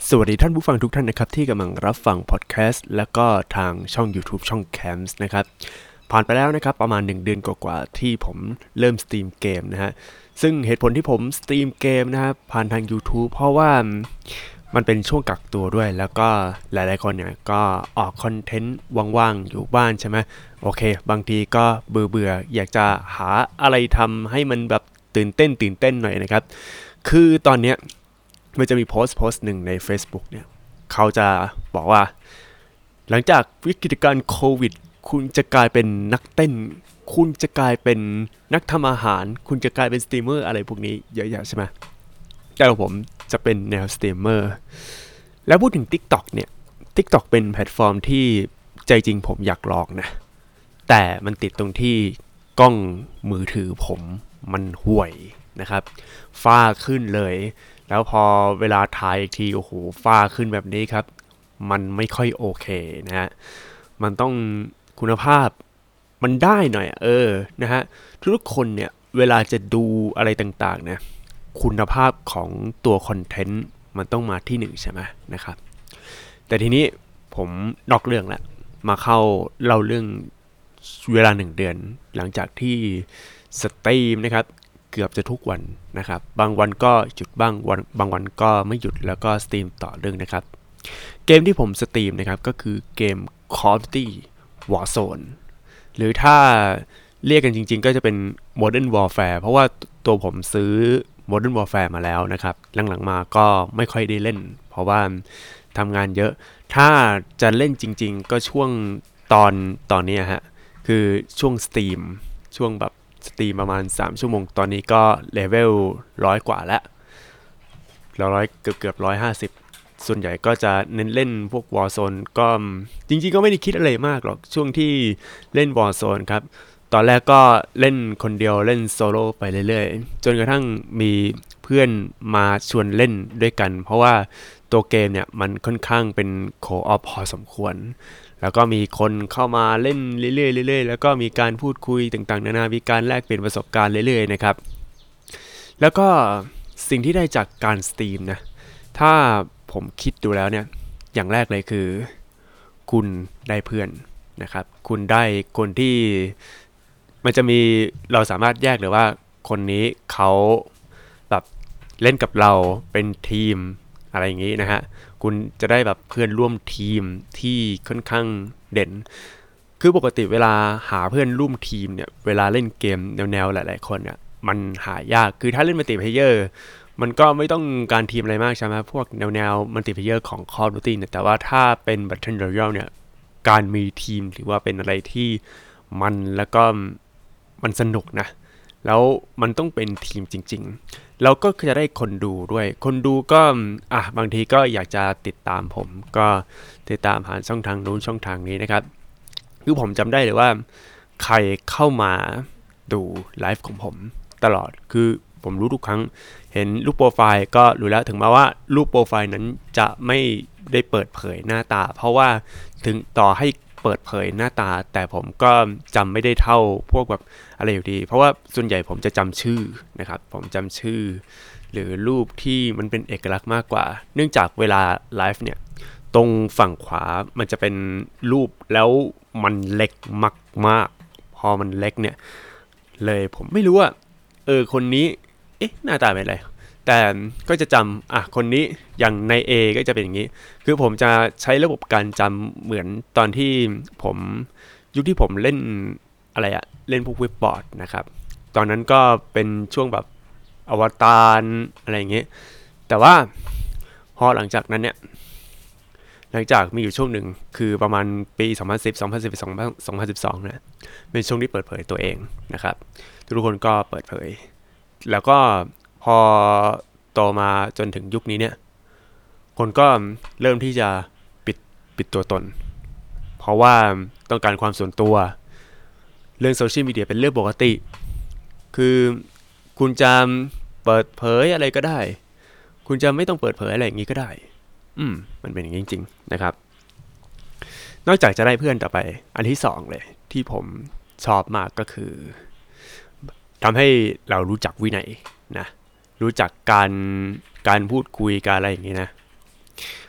สวัสดีท่านผู้ฟังทุกท่านนะครับที่กำลังรับฟังพอดแคสต์และก็ทางช่อง YouTube ช่อง Camps นะครับผ่านไปแล้วนะครับประมาณ1เดือนกว่าๆที่ผมเริ่มสตรีมเกมนะฮะซึ่งเหตุผลที่ผมสตรีมเกมนะครับผ่านทาง YouTube เพราะว่ามันเป็นช่วงกักตัวด้วยแล้วก็หลายๆคนเนี่ยก็ออกคอนเทนต์ว่างๆอยู่บ้านใช่ไหมโอเคบางทีก็เบื่อๆอยากจะหาอะไรทำให้มันแบบตื่นเต้นหน่อยนะครับคือตอนเนี้ยมันจะมีโพสต์หนึ่งใน Facebook เนี่ยเขาจะบอกว่าหลังจากวิกฤตการณ์โควิดคุณจะกลายเป็นนักเต้นคุณจะกลายเป็นนักทำอาหารคุณจะกลายเป็นสตรีมเมอร์อะไรพวกนี้เยอะแยะใช่ไหมแต่ผมจะเป็นแนวสตรีมเมอร์แล้วพูดถึง TikTok เนี่ย TikTok เป็นแพลตฟอร์มที่ใจจริงผมอยากลองนะแต่มันติดตรงที่กล้องมือถือผมมันห่วยนะครับฟ้าขึ้นเลยแล้วพอเวลาถ่ายอีกทีโอ้โหฟ้าขึ้นแบบนี้ครับมันไม่ค่อยโอเคนะฮะมันต้องคุณภาพมันได้หน่อยนะฮะทุกคนเนี่ยเวลาจะดูอะไรต่างๆนะคุณภาพของตัวคอนเทนต์มันต้องมาที่หนึ่งใช่ไหมนะครับแต่ทีนี้ผมนอกเรื่องแล้วมาเข้าเล่าเรื่องเวลา1 เดือนหลังจากที่สตรีมนะครับเกือบจะทุกวันนะครับบางวันก็หยุดบ้างบางวันก็ไม่หยุดแล้วก็สตรีมต่อเรื่องนะครับเกมที่ผมสตรีมนะครับก็คือเกม Call of Duty Warzone หรือถ้าเรียกกันจริงๆก็จะเป็น Modern Warfare เพราะว่าตัวผมซื้อ Modern Warfare มาแล้วนะครับหลังๆมาก็ไม่ค่อยได้เล่นเพราะว่าทำงานเยอะถ้าจะเล่นจริงๆก็ช่วงตอนนี้ฮะคือช่วงสตรีมช่วงแบบสตรีมประมาณ3ชั่วโมงตอนนี้ก็เลเวล100กว่าแล้วร้อยเกือบ150ส่วนใหญ่ก็จะเน้นเล่นพวก Warzone ก็จริงๆก็ไม่ได้คิดอะไรมากหรอกช่วงที่เล่น Warzone ครับตอนแรกก็เล่นคนเดียวเล่นโซโล่ไปเรื่อยๆจนกระทั่งมีเพื่อนมาชวนเล่นด้วยกันเพราะว่าตัวเกมเนี่ยมันค่อนข้างเป็นโคออฟพอสมควรแล้วก็มีคนเข้ามาเล่นเรื่อยๆแล้วก็มีการพูดคุยต่างๆนานามีการแลกเปลี่ยนประสบการณ์เรื่อยๆนะครับแล้วก็สิ่งที่ได้จากการสตรีมนะถ้าผมคิดดูแล้วเนี่ยอย่างแรกเลยคือคุณได้เพื่อนนะครับคุณได้คนที่มันจะมีเราสามารถแยกเลยว่าคนนี้เขาแบบเล่นกับเราเป็นทีมอะไรอย่างนี้นะฮะคุณจะได้แบบเพื่อนร่วมทีมที่ค่อนข้างเด่นคือปกติเวลาหาเพื่อนร่วมทีมเนี่ยเวลาเล่นเกมแนวๆหลายๆคนเนี่ยมันหายากคือถ้าเล่นมัลติเพลเยอร์มันก็ไม่ต้องการทีมอะไรมากใช่ไหมพวกแนวมัลติเพลเยอร์ของ Call of Duty เนี่ยแต่ว่าถ้าเป็น Battle Royale เนี่ยการมีทีมถือว่าเป็นอะไรที่มันแล้วก็มันสนุกนะแล้วมันต้องเป็นทีมจริงๆแล้วก็จะได้คนดูด้วยคนดูก็บางทีก็อยากจะติดตามผมก็ติดตามผ่านช่องทางนู้นช่องทางนี้นะครับคือผมจำได้เลยว่าใครเข้ามาดูไลฟ์ของผมตลอดคือผมรู้ทุกครั้งเห็นรูปโปรไฟล์ก็รู้แล้วถึงแม้ว่ารูปโปรไฟล์นั้นจะไม่ได้เปิดเผยหน้าตาเพราะว่าถึงต่อให้เปิดเผยหน้าตาแต่ผมก็จำไม่ได้เท่าพวกแบบอะไรอยู่ดีเพราะว่าส่วนใหญ่ผมจะจำชื่อนะครับผมจำชื่อหรือรูปที่มันเป็นเอกลักษณ์มากกว่าเนื่องจากเวลาไลฟ์เนี่ยตรงฝั่งขวามันจะเป็นรูปแล้วมันเล็กมากๆพอมันเล็กเนี่ยเลยผมไม่รู้ว่าคนนี้หน้าตาเป็นอะไรแต่ก็จะจำคนนี้อย่างใน A ก็จะเป็นอย่างนี้คือผมจะใช้ระบบการจำเหมือนตอนที่ผมยุคที่ผมเล่นอะไรเล่นพวกเว็บบอร์ดนะครับตอนนั้นก็เป็นช่วงแบบอวตารอะไรอย่างเงี้ยแต่ว่าพอหลังจากนั้นเนี่ยหลังจากมีอยู่ช่วงหนึ่งคือประมาณปี2010 2011 2012เนี่ยเป็นช่วงที่เปิดเผยตัวเองนะครับทุกคนก็เปิดเผยแล้วก็พอโตมาจนถึงยุคนี้เนี่ยคนก็เริ่มที่จะปิดตัวตนเพราะว่าต้องการความส่วนตัวเรื่องโซเชียลมีเดียเป็นเรื่องปกติคือคุณจะเปิดเผยอะไรก็ได้คุณจะไม่ต้องเปิดเผยอะไรอย่างนี้ก็ได้มันเป็นอย่างนี้จริงๆนะครับนอกจากจะได้เพื่อนต่อไปอันที่สองเลยที่ผมชอบมากก็คือทำให้เรารู้จักวินัยนะรู้จักการพูดคุยการอะไรอย่างนี้นะ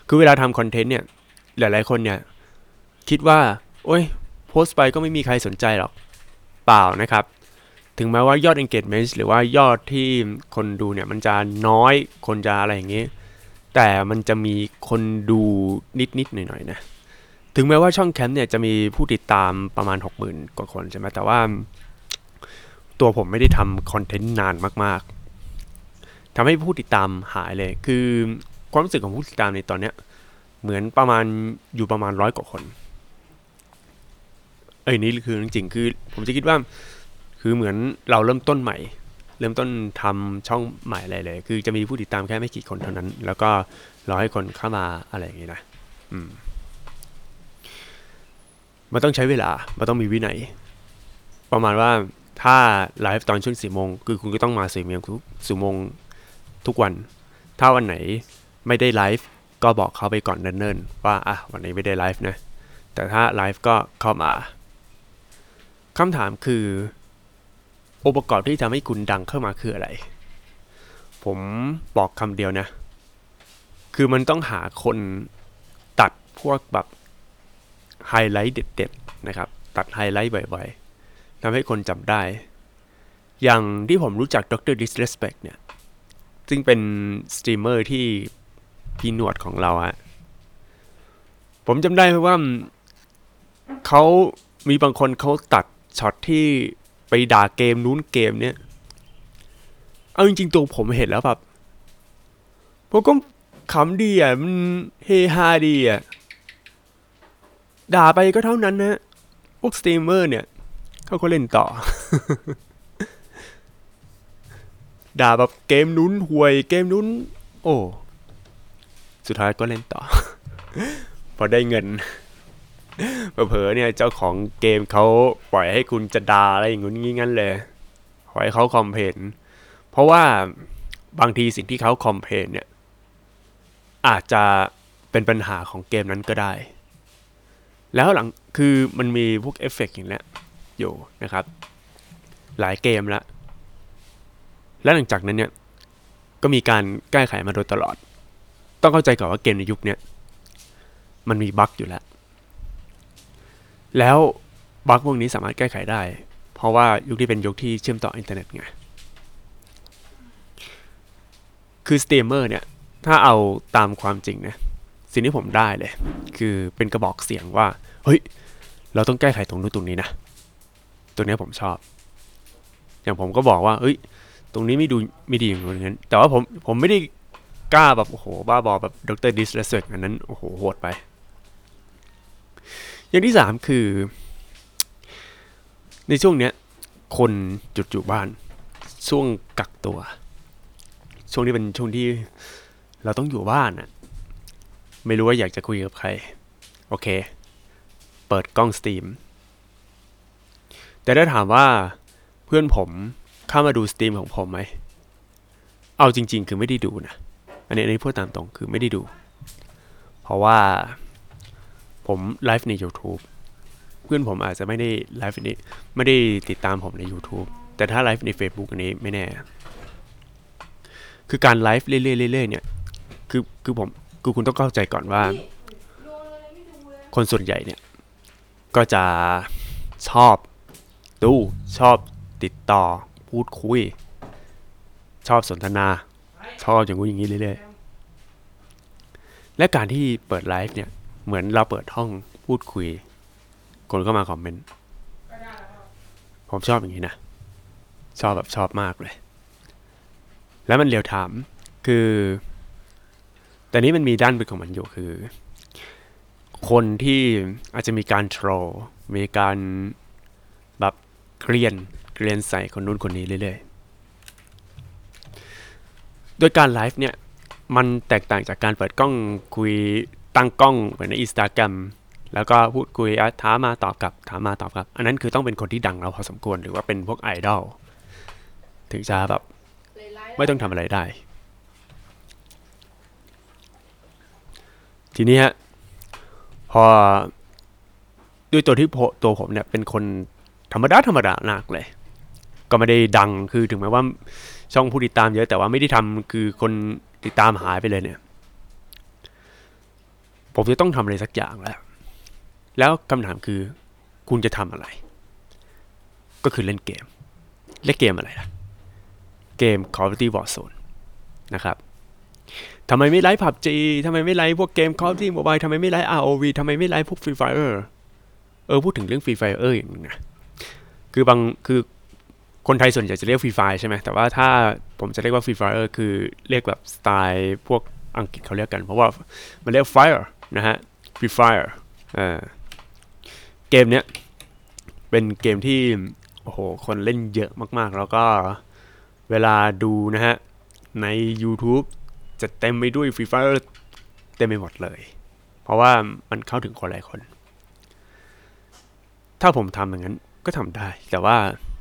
คือเวลาทำคอนเทนต์เนี่ยหลายๆคนเนี่ยคิดว่าโอ้ยโพสต์ไปก็ไม่มีใครสนใจหรอกเปล่านะครับถึงแม้ว่ายอด engagement หรือว่ายอดที่คนดูเนี่ยมันจะน้อยคนจะอะไรอย่างงี้แต่มันจะมีคนดูนิดๆหน่อยๆนะถึงแม้ว่าช่องแคมป์เนี่ยจะมีผู้ติดตามประมาณ 60,000 กว่าคนใช่ไหมแต่ว่าตัวผมไม่ได้ทำคอนเทนต์นานมากๆทำให้ผู้ติดตามหายเลยคือความรู้สึกของผู้ติดตามในตอนเนี้ยเหมือนประมาณ100 กว่าคนนี่คือจริงๆคือผมจะคิดว่าคือเหมือนเราเริ่มต้นใหม่เริ่มต้นทำช่องใหม่อะไรเลยคือจะมีผู้ติดตามแค่ไม่กี่คนเท่านั้นแล้วก็รอให้คนเข้ามาอะไรอย่างงี้นะมันต้องใช้เวลามันต้องมีวินัยประมาณว่าถ้าไลฟ์ตอนช่วง4 โมงคือคุณก็ต้องมา4 โมงทุกวันถ้าวันไหนไม่ได้ไลฟ์ก็บอกเขาไปก่อนเนิ่นๆว่าวันนี้ไม่ได้ไลฟ์นะแต่ถ้าไลฟ์ก็เข้ามาคำถามคือองค์ประกอบที่ทำให้คุณดังเข้ามาคืออะไรผมบอกคำเดียวนะคือมันต้องหาคนตัดพวกแบบไฮไลท์เด็ดๆนะครับตัดไฮไลท์บ่อยๆทำให้คนจำได้อย่างที่ผมรู้จักดร Disrespect เนี่ยซึ่งเป็นสตรีมเมอร์ที่พี่หนวดของเราผมจำได้เพราะว่าเขามีบางคนเขาตัดช็อตที่ไปด่าเกมนู้นเกมเนี้ยเอาจริงๆตัวผมเห็นแล้วแบบผมก็ขำดีมันเฮฮาดีด่าไปก็เท่านั้นนะพวกสตรีมเมอร์เนี่ยเขาก็เล่นต่อ ด่าแบบเกมนู้นห่วยเกมนู้นโอ้สุดท้ายก็เล่นต่อ พอได้เงินเผลอๆเนี่ยเจ้าของเกมเขาปล่อยให้คุณจะด่าอะไรอย่างงี้งั้นเลยปล่อยให้เขาคอมเพลนเพราะว่าบางทีสิ่งที่เขาคอมเพลนเนี่ยอาจจะเป็นปัญหาของเกมนั้นก็ได้แล้วหลังคือมันมีพวกเอฟเฟกต์อย่างนี้อยู่นะครับหลายเกมแล้วและหลังจากนั้นเนี่ยก็มีการแก้ไขมาโดยตลอดต้องเข้าใจก่อนว่าเกมในยุคนี้มันมีบั๊กอยู่แล้วบั๊กพวกนี้สามารถแก้ไขได้เพราะว่ายุคที่เป็นยุคที่เชื่อมต่ออินเทอร์เน็ตไงคือสตรีมเมอร์เนี่ยถ้าเอาตามความจริงนะสิ่งที่ผมได้เลยคือเป็นกระบอกเสียงว่าเฮ้ยเราต้องแก้ไขตรงนู้นตรงนี้นะตัวนี้ผมชอบอย่างผมก็บอกว่าเฮ้ยตรงนี้ไม่ดีอย่างนั้นแต่ว่าผมไม่ได้กล้าแบบโอ้โหบ้าบอแบบดรดิสเลสเซกอันนั้นโอ้โหโหดไปอย่างที่3คือในช่วงเนี้ยคนหยุดอยู่บ้านช่วงกักตัวช่วงนี้เป็นช่วงที่เราต้องอยู่บ้านไม่รู้ว่าอยากจะคุยกับใครโอเคเปิดกล้องสตรีมแต่ถ้าถามว่าเพื่อนผมเข้ามาดูสตรีมของผมไหมเอาจริงๆคือไม่ได้ดูนะอันนี้พูดตามตรงคือไม่ได้ดูเพราะว่าผมไลฟ์ใน YouTube เพื่อนผมอาจจะไม่ได้ไลฟ์นี้ไม่ได้ติดตามผมใน YouTube แต่ถ้าไลฟ์ใน Facebook อันนี้ไม่แน่คือการไลฟ์เรื่อยๆเนี่ยคือคุณต้องเข้าใจก่อนว่าคนส่วนใหญ่เนี่ยก็จะชอบดูชอบติดต่อพูดคุยชอบสนทนาชอบอย่างงู้นอย่างนี้เรื่อยๆและการที่เปิดไลฟ์เนี่ยเหมือนเราเปิดห้องพูดคุยคนก็มาคอมเมนต์ผมชอบอย่างนี้นะชอบแบบชอบมากเลยแล้วมันเรียวไทม์คือแต่นี้มันมีด้านเป็นของมันอยู่คือคนที่อาจจะมีการโทรลมีการแบบเกลียนใส่คนนู้นคนนี้เรื่อยๆโดยการไลฟ์เนี่ยมันแตกต่างจากการเปิดกล้องคุยตั้งกล้องเหมือนใน Instagram แล้วก็พูดคุยถามมาตอบกลับถามมาตอบกลับอันนั้นคือต้องเป็นคนที่ดังแล้วพอสมควรหรือว่าเป็นพวกไอดอลถึงจะแบบไม่ต้องทำอะไรได้ทีนี้ฮะพอด้วยตัวผมเนี่ยเป็นคนธรรมดาหนักเลยก็ไม่ได้ดังคือถึงแม้ว่าช่องผู้ติดตามเยอะแต่ว่าไม่ได้ทำคือคนติดตามหายไปเลยเนี่ยผมจะต้องทำอะไรสักอย่างแล้วคำถามคือคุณจะทำอะไรก็คือเล่นเกมอะไรล่ะเกม Call of Duty Warzone นะครับทำไมไม่ไลฟ์ PUBG ทำไมไม่ไลฟ์พวกเกม Call of Duty Mobile ทำไมไม่ไลฟ์ ROV ทำไมไม่ไลฟ์พวก Free Fire พูดถึงเรื่อง Free Fire อย่างนึงนะคือคนไทยส่วนใหญ่จะเรียก Free Fire ใช่ไหมแต่ว่าถ้าผมจะเรียกว่า Free Fire คือเรียกแบบสไตล์พวกอังกฤษเขาเรียกกันเพราะว่ามันเรียก Fire นะฮะ Free Fire เกมเนี้ยเป็นเกมที่โอ้โหคนเล่นเยอะมากๆแล้วก็เวลาดูนะฮะใน YouTube จะเต็มไปด้วย Free Fire เต็มไปหมดเลยเพราะว่ามันเข้าถึงคนหลายคนถ้าผมทำอย่างนั้นก็ทำได้แต่ว่า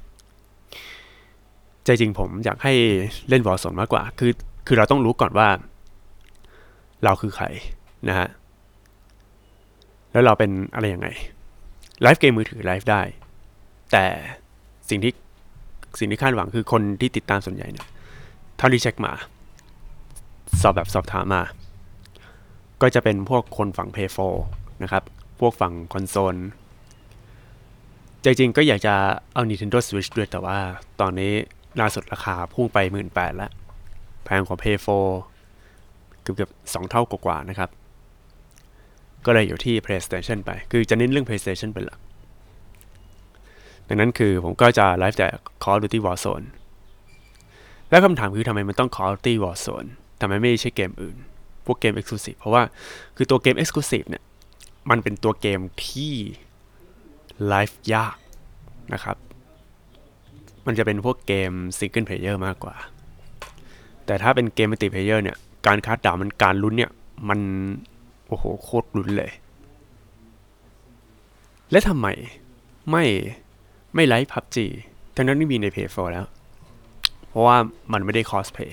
ใจจริงผมอยากให้เล่น Warzone มากกว่าคือเราต้องรู้ก่อนว่าเราคือใครนะฮะแล้วเราเป็นอะไรยังไงไลฟ์เกมมือถือไลฟ์ได้แต่สิ่งที่คาดหวังคือคนที่ติดตามส่วนใหญ่เนี่ยเท่าที่เช็คมาสอบถามมาก็จะเป็นพวกคนฝั่ง Play 4 นะครับพวกฝั่งคอนโซลใจจริงก็อยากจะเอา Nintendo Switch ด้วยแต่ว่าตอนนี้ล่าสุดราคาพุ่งไป 18,000 แล้วแพงกว่า Play 4 เกือบ2 เท่ากว่านะครับก็เลยอยู่ที่ PlayStation ไปคือจะเน้นเรื่อง PlayStation เป็นหลักดังนั้นคือผมก็จะไลฟ์แต่ Call of Duty Warzone แล้วคำถามคือทำไมมันต้อง Call of Duty Warzone ทำไมไม่ใช่เกมอื่นพวกเกม Exclusive เพราะว่าคือตัวเกม Exclusive เนี่ยมันเป็นตัวเกมที่ไลฟ์ยากนะครับมันจะเป็นพวกเกม Single Player มากกว่าแต่ถ้าเป็นเกม Multiplayer เนี่ยการคัดดาวมันการลุ้นเนี่ยมันโอ้โหโคตรลุ้นเลยและทำไมไม่ไลฟ์ PUBG ทั้งนั้นที่มีใน Play 4 แล้วเพราะว่ามันไม่ได้ cosplay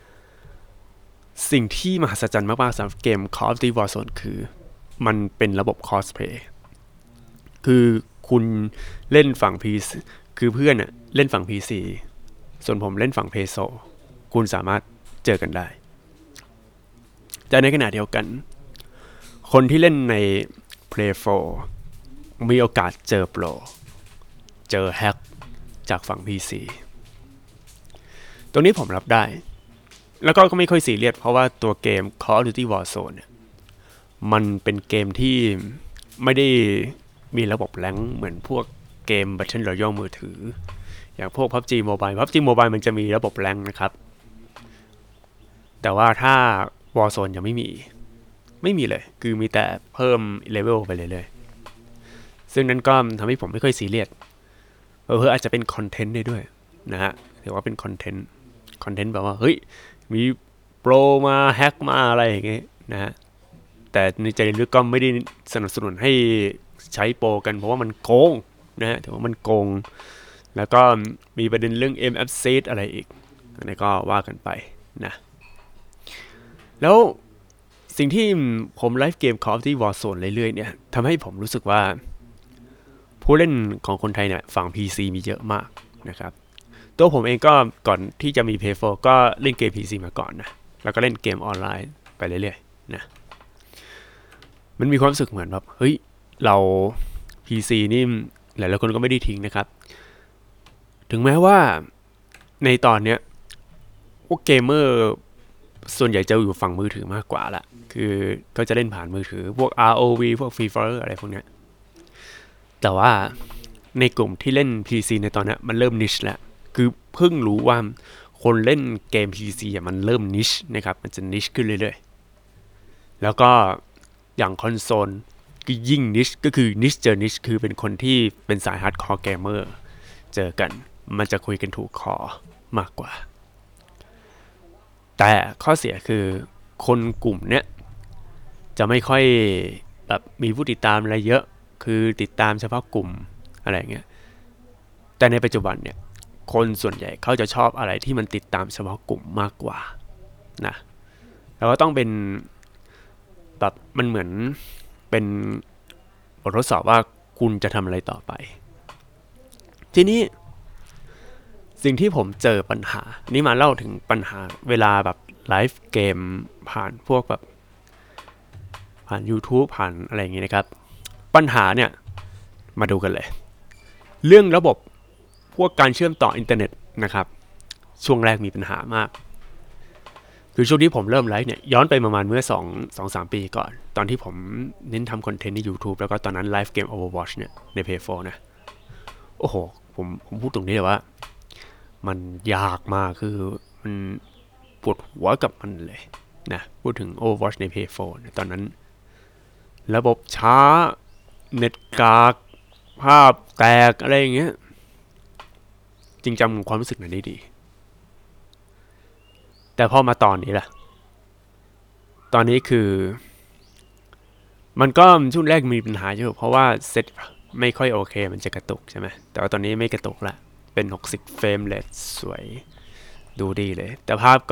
สิ่งที่มหัศจรรย์มากๆสำหรับเกม Call of Duty Warzone คือมันเป็นระบบ cosplay คือคุณเล่นฝั่ง PC คือเพื่อนน่ะเล่นฝั่ง PC ส่วนผมเล่นฝั่ง PS4 คุณสามารถเจอกันได้แต่ในขณะเดียวกันคนที่เล่นใน Play 4 มีโอกาสเจอโปรเจอแฮกจากฝั่ง PC ตรงนี้ผมรับได้แล้วก็ไม่ค่อยซีเรียสเพราะว่าตัวเกม Call of Duty Warzone เนี่ยมันเป็นเกมที่ไม่ได้มีระบบแรงค์เหมือนพวกเกม Battle Royale มือถืออย่างพวก PUBG Mobile มันจะมีระบบแรงค์นะครับแต่ว่าถ้า Warzone ยังไม่มีเลยคือมีแต่เพิ่มเลเวลไปเลยซึ่งนั้นก็ทำให้ผมไม่ค่อยซีเรียสอาจจะเป็นคอนเทนต์ได้ด้วยนะฮะถือว่าเป็นคอนเทนต์แบบว่าเฮ้ยมีโปรมาแฮกมาอะไรอย่างเงี้ยนะฮะแต่ในใจลึกก็ไม่ได้สนับสนุนให้ใช้โปรกันเพราะว่ามันโกงนะฮะถือว่ามันโกงแล้วก็มีประเด็นเรื่อง MFC อะไรอีกอันนี้ก็ว่ากันไปนะแล้วสิ่งที่ผมไลฟ์เกม Call of Duty Warzone เรื่อยๆเนี่ยทำให้ผมรู้สึกว่าผู้เล่นของคนไทยเนี่ยฝั่ง PC มีเยอะมากนะครับตัวผมเองก็ก่อนที่จะมี Play 4 ก็เล่นเกม PC มาก่อนนะแล้วก็เล่นเกมออนไลน์ไปเรื่อยๆนะมันมีความรู้สึกเหมือนแบบเฮ้ยเรา PC นี่หลายๆคนก็ไม่ได้ทิ้งนะครับถึงแม้ว่าในตอนเนี้ยพวกเกมเมอร์ส่วนใหญ่จะอยู่ฝั่งมือถือมากกว่าละคือก็จะเล่นผ่านมือถือพวก ROV พวก Free Fire อะไรพวกเนี้ยแต่ว่าในกลุ่มที่เล่น PC ในตอนนี้มันเริ่มนิชแล้วคือเพิ่งรู้ว่าคนเล่นเกม PC มันเริ่มนิชนะครับมันจะนิชขึ้นเรื่อยๆแล้วก็อย่างคอนโซลก็ยิ่งนิชก็คือนิชเจอนิชคือเป็นคนที่เป็นสายฮาร์ดคอร์เกมเมอร์เจอกันมันจะคุยกันถูกคอมากกว่าแต่ข้อเสียคือคนกลุ่มเนี้ยจะไม่ค่อยแบบมีผู้ติดตามอะไรเยอะคือติดตามเฉพาะกลุ่มอะไรเงี้ยแต่ในปัจจุบันเนี่ยคนส่วนใหญ่เขาจะชอบอะไรที่มันติดตามเฉพาะกลุ่มมากกว่านะแล้วก็ต้องเป็นแบบมันเหมือนเป็นบททดสอบว่าคุณจะทำอะไรต่อไปทีนี้สิ่งที่ผมเจอปัญหานี่มาเล่าถึงปัญหาเวลาแบบไลฟ์เกมผ่านพวกแบบผ่าน YouTube ผ่านอะไรอย่างงี้นะครับปัญหาเนี่ยมาดูกันเลยเรื่องระบบพวกการเชื่อมต่ออินเทอร์เน็ตนะครับช่วงแรกมีปัญหามากคือช่วงที่ผมเริ่มไลฟ์เนี่ยย้อนไปประมาณเมื่อ2-3 ปีก่อนตอนที่ผมเน้นทำคอนเทนต์ใน YouTube แล้วก็ตอนนั้นไลฟ์เกม Overwatch เนี่ยใน Play 4นะโอ้โหผมพูดตรงนี้เลยว่ามันยากมากคือมันปวดหัวกับมันเลยนะพูดถึง Overwatch ใน Play 4เนี่ยตอนนั้นระบบช้าเน็ตกากภาพแตกอะไรอย่างเงี้ยจริงจำความรู้สึกนั้นได้ดีแต่พอมาตอนนี้ล่ะตอนนี้คือมันก็ช่วงแรกมีปัญหาอยู่เพราะว่าเซตไม่ค่อยโอเคมันจะกระตุกใช่ไหมแต่ว่าตอนนี้ไม่กระตุกละเป็น60เฟรมเรทสวยดูดีเลยแต่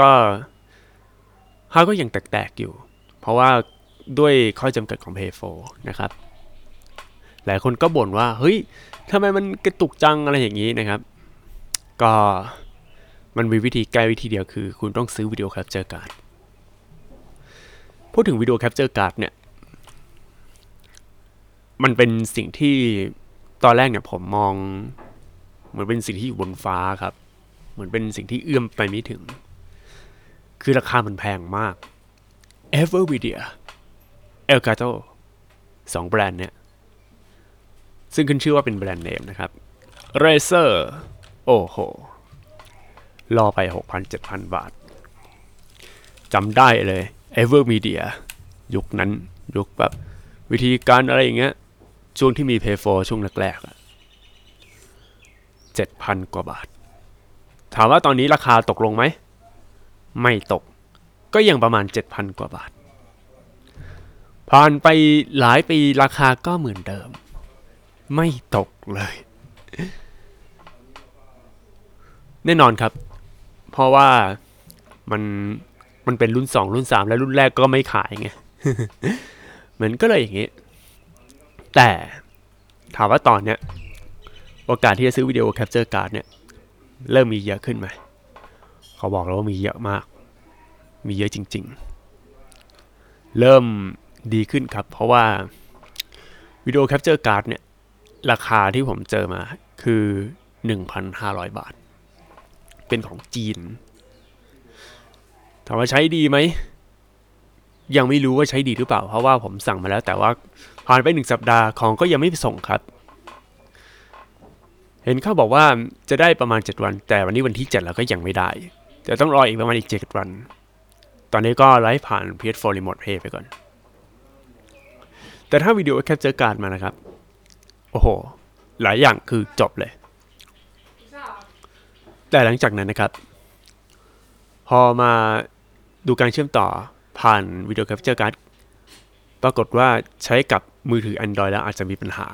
ภาพก็ยังแตกๆอยู่เพราะว่าด้วยข้อจำกัดของ Play 4นะครับหลายคนก็บ่นว่าเฮ้ยทำไมมันกระตุกจังอะไรอย่างนี้นะครับก็มันมีวิธีแก้วิธีเดียวคือคุณต้องซื้อวิดีโอแคปเจอร์การ์ดพูดถึงวิดีโอแคปเจอร์การ์ดเนี่ยมันเป็นสิ่งที่ตอนแรกเนี่ยผมมองเหมือนเป็นสิ่งที่อยู่บนฟ้าครับเหมือนเป็นสิ่งที่เอื้อมไปไม่ถึงคือราคามันแพงมาก Evervidia Elgato 2แบรนด์เนี่ยซึ่งขึ้นชื่อว่าเป็นแบรนด์เนมนะครับ Razer โอ้โหรอไป 6,000-7,000 บาทจำได้เลย Evermedia ยุคนั้นยุคแบบวิธีการอะไรอย่างเงี้ยช่วงที่มี Play 4ช่วงแรกๆ 7,000 กว่าบาทถามว่าตอนนี้ราคาตกลงไหมไม่ตกก็ยังประมาณ 7,000 กว่าบาทผ่านไปหลายปีราคาก็เหมือนเดิมไม่ตกเลยแน่นอนครับเพราะว่ามันเป็นรุ่น2รุ่น3และรุ่นแรกก็ไม่ขายไง เหมือนก็เลยอย่างงี้แต่ถามว่าตอนเนี้ยโอกาสที่จะซื้อวิดีโอแคปเจอร์การ์ดเนี่ยเริ่มมีเยอะขึ้นไหมเขาบอกแล้วว่ามีเยอะมากมีเยอะจริงๆเริ่มดีขึ้นครับเพราะว่าวิดีโอแคปเจอร์การ์ดเนี่ยราคาที่ผมเจอมาคือ 1,500 บาทเป็นของจีนถามว่าใช้ดีไหมยังไม่รู้ว่าใช้ดีหรือเปล่าเพราะว่าผมสั่งมาแล้วแต่ว่าผ่านไป1 สัปดาห์ของก็ยังไม่ส่งครับเห็นเขาบอกว่าจะได้ประมาณ7 วันแต่วันนี้วันที่7แล้วก็ยังไม่ได้จะต้องรออีกประมาณอีก7 วันตอนนี้ก็ไลฟ์ผ่าน PS4 Remote Play ไปก่อนแต่ถ้าวิดีโอแคปเจอร์การ์ดมานะครับโอ้โหหลายอย่างคือจบเลยแต่หลังจากนั้นนะครับพอมาดูการเชื่อมต่อผ่านวิดีโอแคปเจอร์การ์ดปรากฏว่าใช้กับมือถือ Android แล้วอาจจะมีปัญหา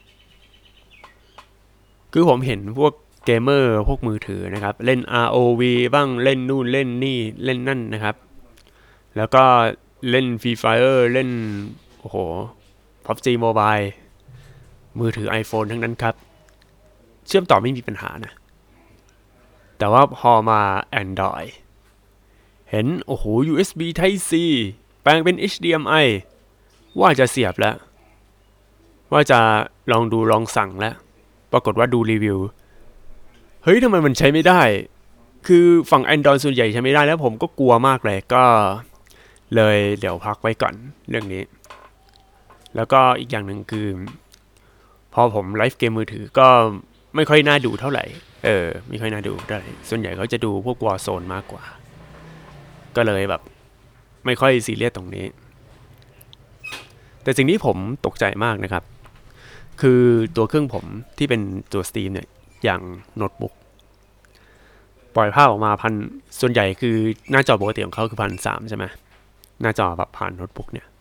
คือผมเห็นพวกเกมเมอร์พวกมือถือนะครับเล่น ROV บ้างเล่นนู่นเล่นนี่เล่นนั่นนะครับแล้วก็เล่น Free Fire เล่นโอ้โห PUBG Mobile มือถือ iPhone ทั้งนั้นครับเชื่อมต่อไม่มีปัญหานะแต่ว่าพอมา Android เห็นโอ้โห USB Type C แปลงเป็น HDMI ว่าจะเสียบแล้วว่าจะลองดูลองสั่งแล้วปรากฏว่าดูรีวิวเฮ้ยทำไมมันใช้ไม่ได้คือฝั่ง Android ส่วนใหญ่ใช้ไม่ได้แล้วผมก็กลัวมากเลยก็เลยเดี๋ยวพักไว้ก่อนเรื่องนี้แล้วก็อีกอย่างหนึ่งคือพอผมไลฟ์เกมมือถือก็ไม่ค่อยน่าดูเท่าไหร่ไม่ค่อยน่าดูเท่าไหร่ส่วนใหญ่เขาจะดูพวก Warzone มากกว่าก็เลยแบบไม่ค่อยซีเรียสตรงนี้แต่สิ่งที่ผมตกใจมากนะครับคือตัวเครื่องผมที่เป็นตัว Steam เนี่ยอย่างโน้ตบุ๊กปล่อยภาพออกมาส่วนใหญ่คือหน้าจอปกติของเขาคือ1,300ใช่ไหมหน้าจอแบบผ่านโน้ตบุ๊กเนี่ย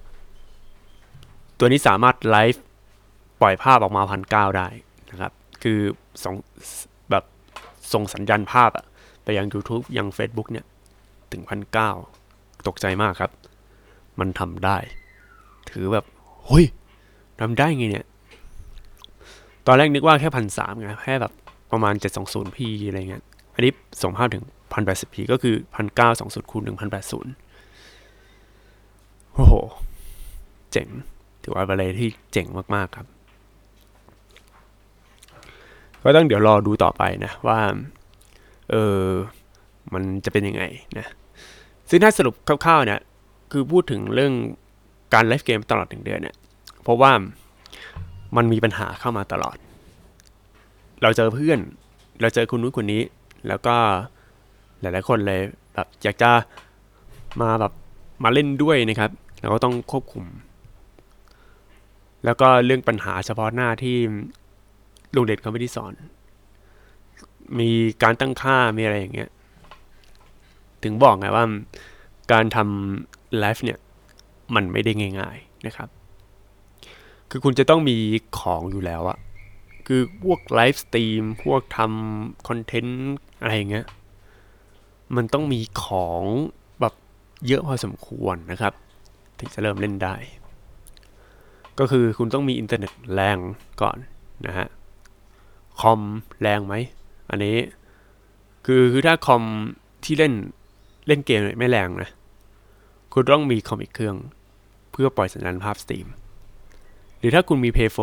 ตัวนี้สามารถไลฟ์ปล่อยภาพออกมา1,900ได้นะครับคือแบบส่งสัญญาณภาพไปยัง YouTube ยัง Facebook เนี่ยถึง1,900ตกใจมากครับมันทำได้ถือแบบเฮ้ยทำได้ไงเนี่ยตอนแรกนึกว่าแค่1,300ไงแค่แบบประมาณ 720p อะไรเงี้ยอันนี้ส่งภาพถึง 1080p ก็คือ1,920คูณ 1,080โอ้โหเจ๋งถือว่าเป็นอะไรที่เจ๋งมากๆครับก็ต้องเดี๋ยวรอดูต่อไปนะว่ามันจะเป็นยังไงนะซึ่งถ้าสรุปคร่าวๆเนี่ยคือพูดถึงเรื่องการไลฟ์เกมตลอด1 เดือนเนี่ยเพราะว่ามันมีปัญหาเข้ามาตลอดเราเจอเพื่อนเราเจอคนนู้นคนนี้แล้วก็หลายๆคนเลยแบบอยากจะมาเล่นด้วยนะครับเราก็ต้องควบคุมแล้วก็เรื่องปัญหาเฉพาะหน้าที่โรงเรียนเขาไม่ได้สอนมีการตั้งค่ามีอะไรอย่างเงี้ยถึงบอกไงว่าการทำไลฟ์เนี่ยมันไม่ได้ง่ายๆนะครับคือคุณจะต้องมีของอยู่แล้วอะคือพวกไลฟ์สตรีมพวกทำคอนเทนต์อะไรอย่างเงี้ยมันต้องมีของแบบเยอะพอสมควรนะครับถึงจะเริ่มเล่นได้ก็คือคุณต้องมีอินเทอร์เน็ตแรงก่อนนะฮะคอมแรงไหมอันนี้คือถ้าคอมที่เล่นเกมไม่แรงนะคุณต้องมีคอมอีกเครื่องเพื่อปล่อยสัญญาณภาพสตรีมหรือถ้าคุณมี Play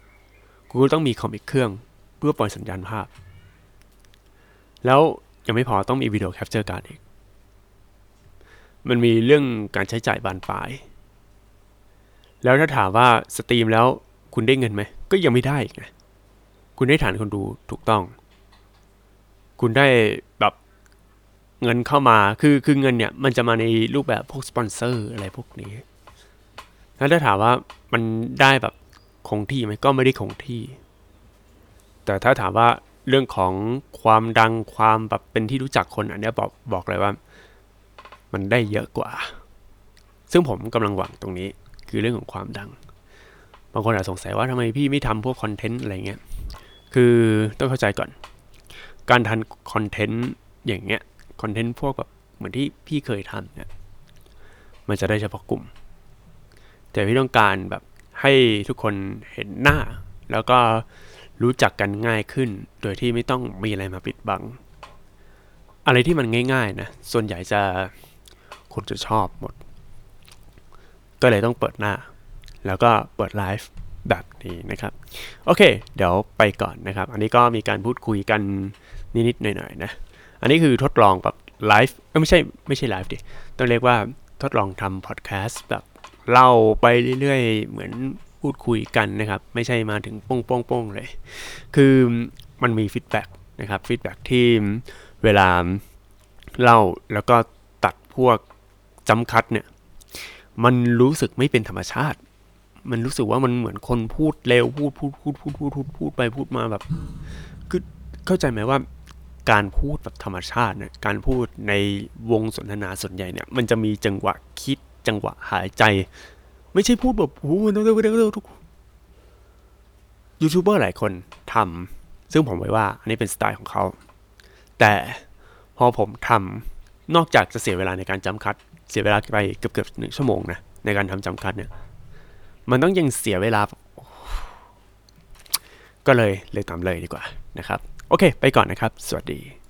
4คุณก็ต้องมีคอมอีกเครื่องเพื่อปล่อยสัญญาณภาพแล้วยังไม่พอต้องมีวิดีโอแคปเจอร์การ์ดอีกมันมีเรื่องการใช้จ่ายบานปลายแล้วถ้าถามว่าสตรีมแล้วคุณได้เงินไหมก็ยังไม่ได้อีกนะคุณได้ฐานคนดูถูกต้องคุณได้แบบเงินเข้ามาคือเงินเนี่ยมันจะมาในรูปแบบพวกสปอนเซอร์อะไรพวกนี้แล้วถ้าถามว่ามันได้แบบคงที่ไหมก็ไม่ได้คงที่แต่ถ้าถามว่าเรื่องของความดังความแบบเป็นที่รู้จักคนอันนี้บอกเลยว่ามันได้เยอะกว่าซึ่งผมกำลังหวังตรงนี้คือเรื่องของความดังบางคนอาจสงสัยว่าทำไมพี่ไม่ทำพวกคอนเทนต์อะไรเงี้ยคือต้องเข้าใจก่อนการทำคอนเทนต์อย่างเงี้ยคอนเทนต์พวกแบบเหมือนที่พี่เคยทำเนี่ยมันจะได้เฉพาะกลุ่มแต่พี่ต้องการแบบให้ทุกคนเห็นหน้าแล้วก็รู้จักกันง่ายขึ้นโดยที่ไม่ต้องมีอะไรมาปิดบังอะไรที่มันง่ายๆนะส่วนใหญ่จะคนจะชอบหมดก็เลยต้องเปิดหน้าแล้วก็เปิดไลฟ์แบบนี้นะครับโอเคเดี๋ยวไปก่อนนะครับอันนี้ก็มีการพูดคุยกันนิดๆหน่อยๆนะอันนี้คือทดลองแบบไลฟ์ไม่ใช่ไลฟ์ดิต้องเรียกว่าทดลองทำพอดแคสต์แบบเล่าไปเรื่อยๆเหมือนพูดคุยกันนะครับไม่ใช่มาถึงป้งๆเลยคือมันมีฟีดแบ็กนะครับฟีดแบ็กที่เวลาเล่าแล้วก็ตัดพวกจำคัดเนี่ยมันรู้สึกไม่เป็นธรรมชาติมันรู้สึกว่ามันเหมือนคนพูดเร็วพูดไปพูดมาแบบคือเข้าใจไหมว่าการพูดแบบธรรมชาติเนี่ยการพูดในวงสนทนาส่วนใหญ่เนี่ยมันจะมีจังหวะคิดจังหวะหายใจไม่ใช่พูดแบบโอ้โหทุกยูทูบเบอร์หลายคนทำซึ่งผมไว้ว่าอันนี้เป็นสไตล์ของเขาแต่พอผมทำนอกจากจะเสียเวลาในการจำคัดเสียเวลาไปเกือบ1 ชั่วโมงนะในการทำจำคัดเนี่ยมันต้องยังเสียเวลาก็เลยตามเลยดีกว่านะครับโอเคไปก่อนนะครับสวัสดี